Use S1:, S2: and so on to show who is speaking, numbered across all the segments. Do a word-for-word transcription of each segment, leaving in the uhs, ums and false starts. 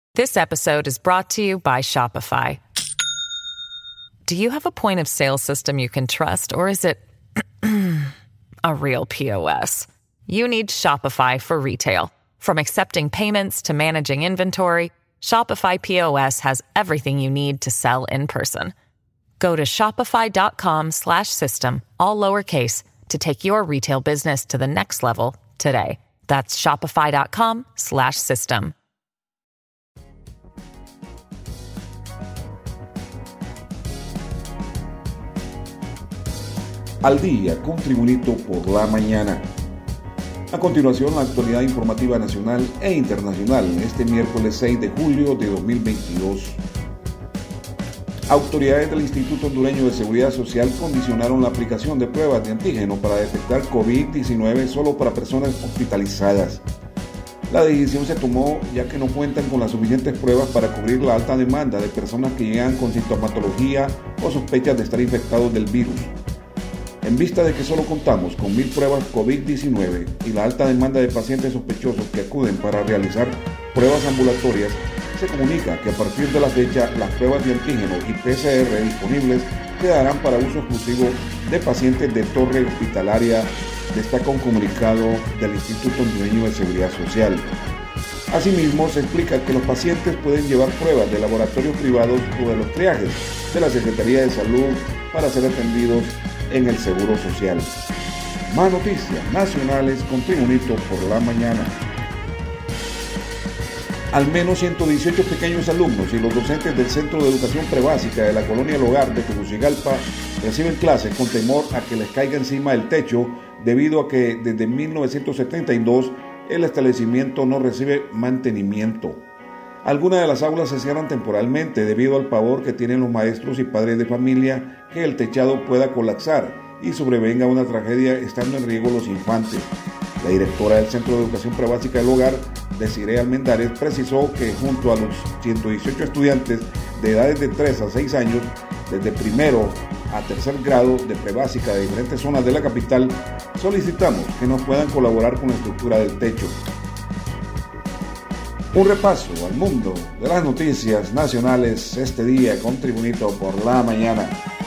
S1: This episode is brought to you by Shopify. Do you have a point of sale system you can trust, or is it a real P O S? You need Shopify for retail. From accepting payments to managing inventory, Shopify P O S has everything you need to sell in person. Go to shopify.com slash system, all lowercase, to take your retail business to the next level today. That's shopify.com slash system.
S2: Al día con Tribunito por la mañana. A continuación, la actualidad informativa nacional e internacional este miércoles seis de julio de dos mil veintidós. Autoridades del Instituto Hondureño de Seguridad Social condicionaron la aplicación de pruebas de antígeno para detectar COVID diecinueve solo para personas hospitalizadas. La decisión se tomó ya que no cuentan con las suficientes pruebas para cubrir la alta demanda de personas que llegan con sintomatología o sospechas de estar infectados del virus. En vista de que solo contamos con mil pruebas COVID diecinueve y la alta demanda de pacientes sospechosos que acuden para realizar pruebas ambulatorias, se comunica que a partir de la fecha las pruebas de antígeno y P C R disponibles quedarán para uso exclusivo de pacientes de torre hospitalaria, destaca un comunicado del Instituto Hondureño de Seguridad Social. Asimismo, se explica que los pacientes pueden llevar pruebas de laboratorios privados o de los triajes de la Secretaría de Salud para ser atendidos en el Seguro Social. Más noticias nacionales con Tribunito por la mañana. Al menos ciento dieciocho pequeños alumnos y los docentes del Centro de Educación Prebásica de la Colonia El Hogar de Tegucigalpa reciben clases con temor a que les caiga encima el techo debido a que desde mil novecientos setenta y dos el establecimiento no recibe mantenimiento. Algunas de las aulas se cierran temporalmente debido al pavor que tienen los maestros y padres de familia que el techado pueda colapsar y sobrevenga una tragedia estando en riesgo los infantes. La directora del Centro de Educación Prebásica del Hogar, Desiree Almendares, precisó que junto a los ciento dieciocho estudiantes de edades de tres a seis años, desde primero a tercer grado de prebásica de diferentes zonas de la capital, solicitamos que nos puedan colaborar con la estructura del techo. Un repaso al mundo de las noticias nacionales este día con Tribunito por la mañana.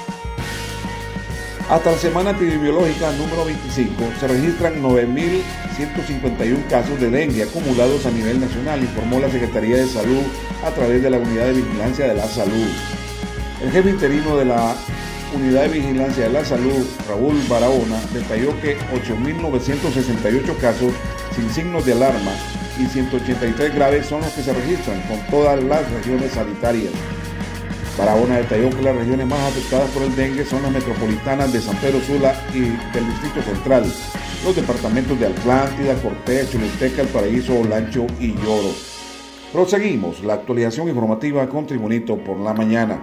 S2: Hasta la semana epidemiológica número veinticinco se registran nueve mil ciento cincuenta y uno casos de dengue acumulados a nivel nacional, informó la Secretaría de Salud a través de la Unidad de Vigilancia de la Salud. El jefe interino de la Unidad de Vigilancia de la Salud, Raúl Barahona, detalló que ocho mil novecientos sesenta y ocho casos sin signos de alarma y ciento ochenta y tres graves son los que se registran con todas las regiones sanitarias. Barahona detalló que las regiones más afectadas por el dengue son las metropolitanas de San Pedro Sula y del Distrito Central, los departamentos de Atlántida, Cortés, Choluteca, El Paraíso, Olancho y Lloro. Proseguimos la actualización informativa con Tribunito por la mañana.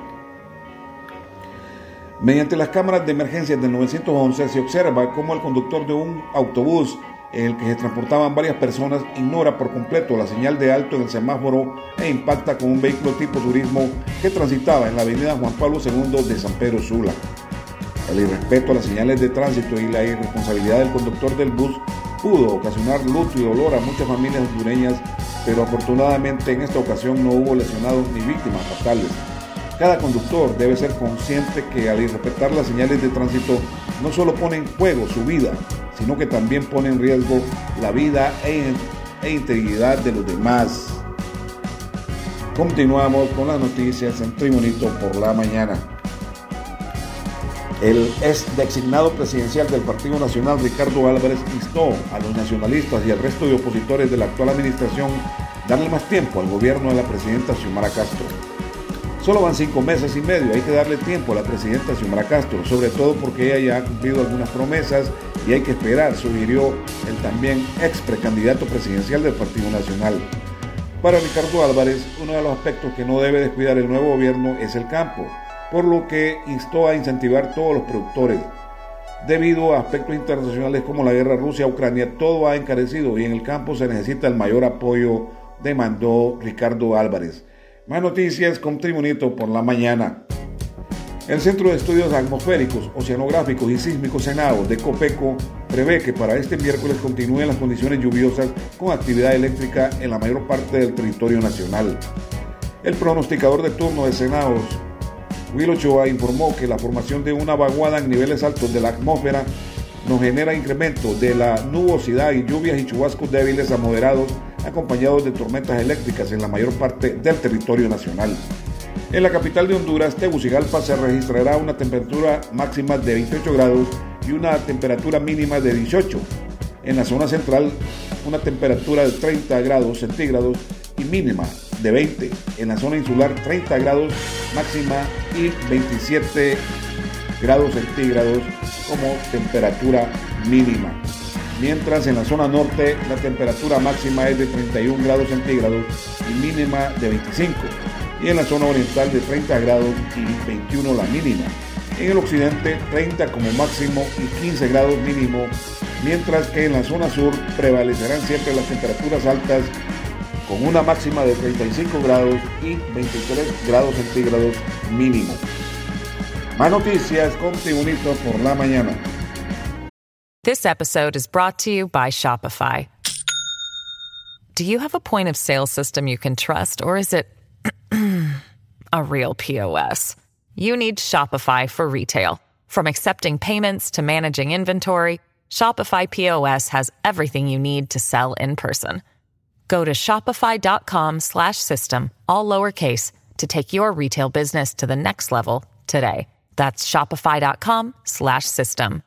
S2: Mediante las cámaras de emergencia del nueve once se observa cómo el conductor de un autobús en el que se transportaban varias personas ignora por completo la señal de alto en el semáforo e impacta con un vehículo tipo turismo que transitaba en la avenida Juan Pablo segundo de San Pedro Sula. El irrespeto a las señales de tránsito y la irresponsabilidad del conductor del bus pudo ocasionar luto y dolor a muchas familias hondureñas, pero afortunadamente en esta ocasión no hubo lesionados ni víctimas fatales. Cada conductor debe ser consciente que al irrespetar las señales de tránsito no solo pone en juego su vida, sino que también pone en riesgo la vida e, e integridad de los demás. Continuamos con las noticias en Tribunito por la mañana. El ex designado presidencial del Partido Nacional, Ricardo Álvarez, instó a los nacionalistas y al resto de opositores de la actual administración darle más tiempo al gobierno de la presidenta Xiomara Castro. Solo van cinco meses y medio, hay que darle tiempo a la presidenta Xiomara Castro, sobre todo porque ella ya ha cumplido algunas promesas y hay que esperar, sugirió el también ex precandidato presidencial del Partido Nacional. Para Ricardo Álvarez, uno de los aspectos que no debe descuidar el nuevo gobierno es el campo, por lo que instó a incentivar todos los productores. Debido a aspectos internacionales como la guerra Rusia-Ucrania, todo ha encarecido y en el campo se necesita el mayor apoyo, demandó Ricardo Álvarez. Más noticias con Tribunito por la mañana. El Centro de Estudios Atmosféricos, Oceanográficos y Sísmicos CENAO de COPECO prevé que para este miércoles continúen las condiciones lluviosas con actividad eléctrica en la mayor parte del territorio nacional. El pronosticador de turno de Senados, Will Ochoa, informó que la formación de una vaguada en niveles altos de la atmósfera nos genera incremento de la nubosidad y lluvias y chubascos débiles a moderados acompañados de tormentas eléctricas en la mayor parte del territorio nacional. En la capital de Honduras, Tegucigalpa, se registrará una temperatura máxima de veintiocho grados y una temperatura mínima de dieciocho. En la zona central, una temperatura de treinta grados centígrados y mínima de veinte. En la zona insular, treinta grados máxima y veintisiete grados centígrados como temperatura mínima. Mientras en la zona norte, la temperatura máxima es de treinta y un grados centígrados y mínima de veinticinco. Y en la zona oriental de treinta grados y veintiuno la mínima. En el occidente, treinta como máximo y quince grados mínimo, mientras que en la zona sur prevalecerán siempre las temperaturas altas con una máxima de treinta y cinco grados y veintitrés grados centígrados mínimo. Más noticias con Tribunito por la mañana.
S1: This episode is brought to you by Shopify. Do you have a point of sale system you can trust, or is it a real P O S? You need Shopify for retail. From accepting payments to managing inventory, Shopify P O S has everything you need to sell in person. Go to shopify.com slash system, all lowercase, to take your retail business to the next level today. That's shopify.com slash system.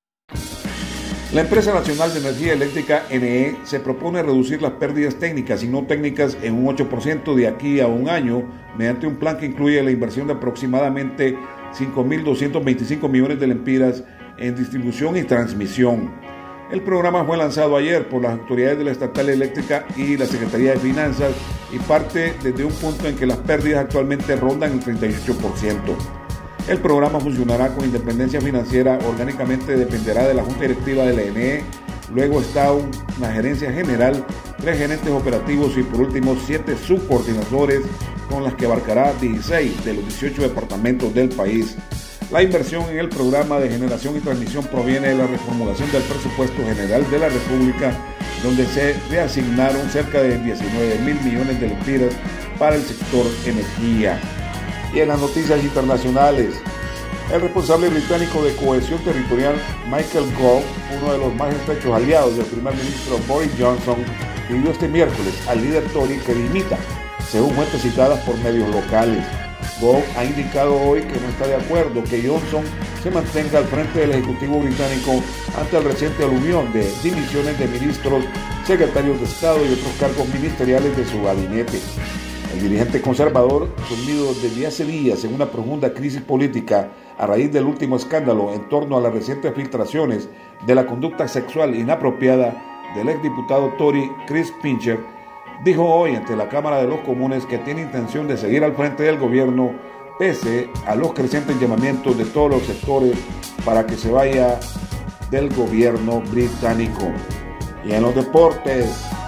S2: La Empresa Nacional de Energía Eléctrica, N E, se propone reducir las pérdidas técnicas y no técnicas en un ocho por ciento de aquí a un año mediante un plan que incluye la inversión de aproximadamente cinco mil doscientos veinticinco millones de lempiras en distribución y transmisión. El programa fue lanzado ayer por las autoridades de la Estatal Eléctrica y la Secretaría de Finanzas y parte desde un punto en que las pérdidas actualmente rondan el treinta y ocho por ciento. El programa funcionará con independencia financiera, orgánicamente dependerá de la Junta Directiva de la N E, luego está una gerencia general, tres gerentes operativos y por último siete subcoordinadores con las que abarcará dieciséis de los dieciocho departamentos del país. La inversión en el programa de generación y transmisión proviene de la reformulación del presupuesto general de la República, donde se reasignaron cerca de diecinueve mil millones de lempiras para el sector energía. Y en las noticias internacionales, el responsable británico de cohesión territorial, Michael Gove, uno de los más estrechos aliados del primer ministro Boris Johnson, pidió este miércoles al líder Tory que dimita, según fuentes citadas por medios locales. Gove ha indicado hoy que no está de acuerdo que Johnson se mantenga al frente del Ejecutivo británico ante el reciente aluvión de dimisiones de ministros, secretarios de Estado y otros cargos ministeriales de su gabinete. El dirigente conservador, sumido desde hace días en una profunda crisis política a raíz del último escándalo en torno a las recientes filtraciones de la conducta sexual inapropiada del exdiputado Tory Chris Pincher, dijo hoy ante la Cámara de los Comunes que tiene intención de seguir al frente del gobierno pese a los crecientes llamamientos de todos los sectores para que se vaya del gobierno británico. Y en los deportes,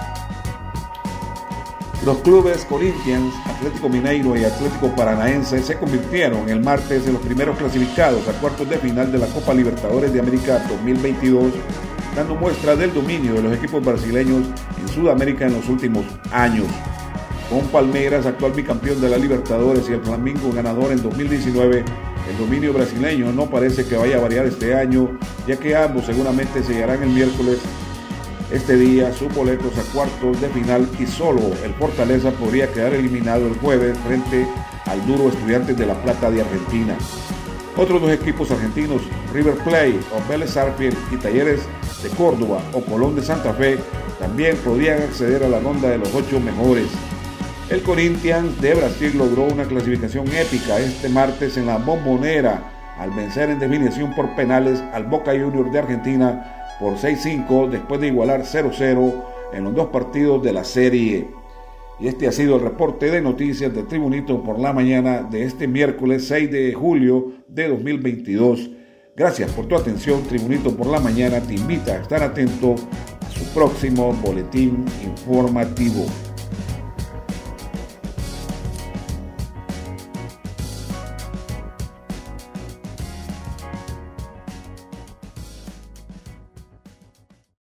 S2: los clubes Corinthians, Atlético Mineiro y Atlético Paranaense se convirtieron el martes en los primeros clasificados a cuartos de final de la Copa Libertadores de América dos mil veintidós, dando muestra del dominio de los equipos brasileños en Sudamérica en los últimos años. Con Palmeiras, actual bicampeón de la Libertadores, y el Flamengo ganador en dos mil diecinueve, el dominio brasileño no parece que vaya a variar este año, ya que ambos seguramente sellarán el miércoles este día sus boletos a cuartos de final y solo el Fortaleza podría quedar eliminado el jueves frente al duro Estudiantes de La Plata de Argentina. Otros dos equipos argentinos, River Plate o Vélez Sarsfield y Talleres de Córdoba o Colón de Santa Fe, también podrían acceder a la ronda de los ocho mejores. El Corinthians de Brasil logró una clasificación épica este martes en la Bombonera al vencer en definición por penales al Boca Juniors de Argentina por seis cinco después de igualar cero cero en los dos partidos de la serie. Y este ha sido el reporte de noticias de Tribunito por la mañana de este miércoles seis de julio de dos mil veintidós. Gracias por tu atención. Tribunito por la mañana te invita a estar atento a su próximo boletín informativo.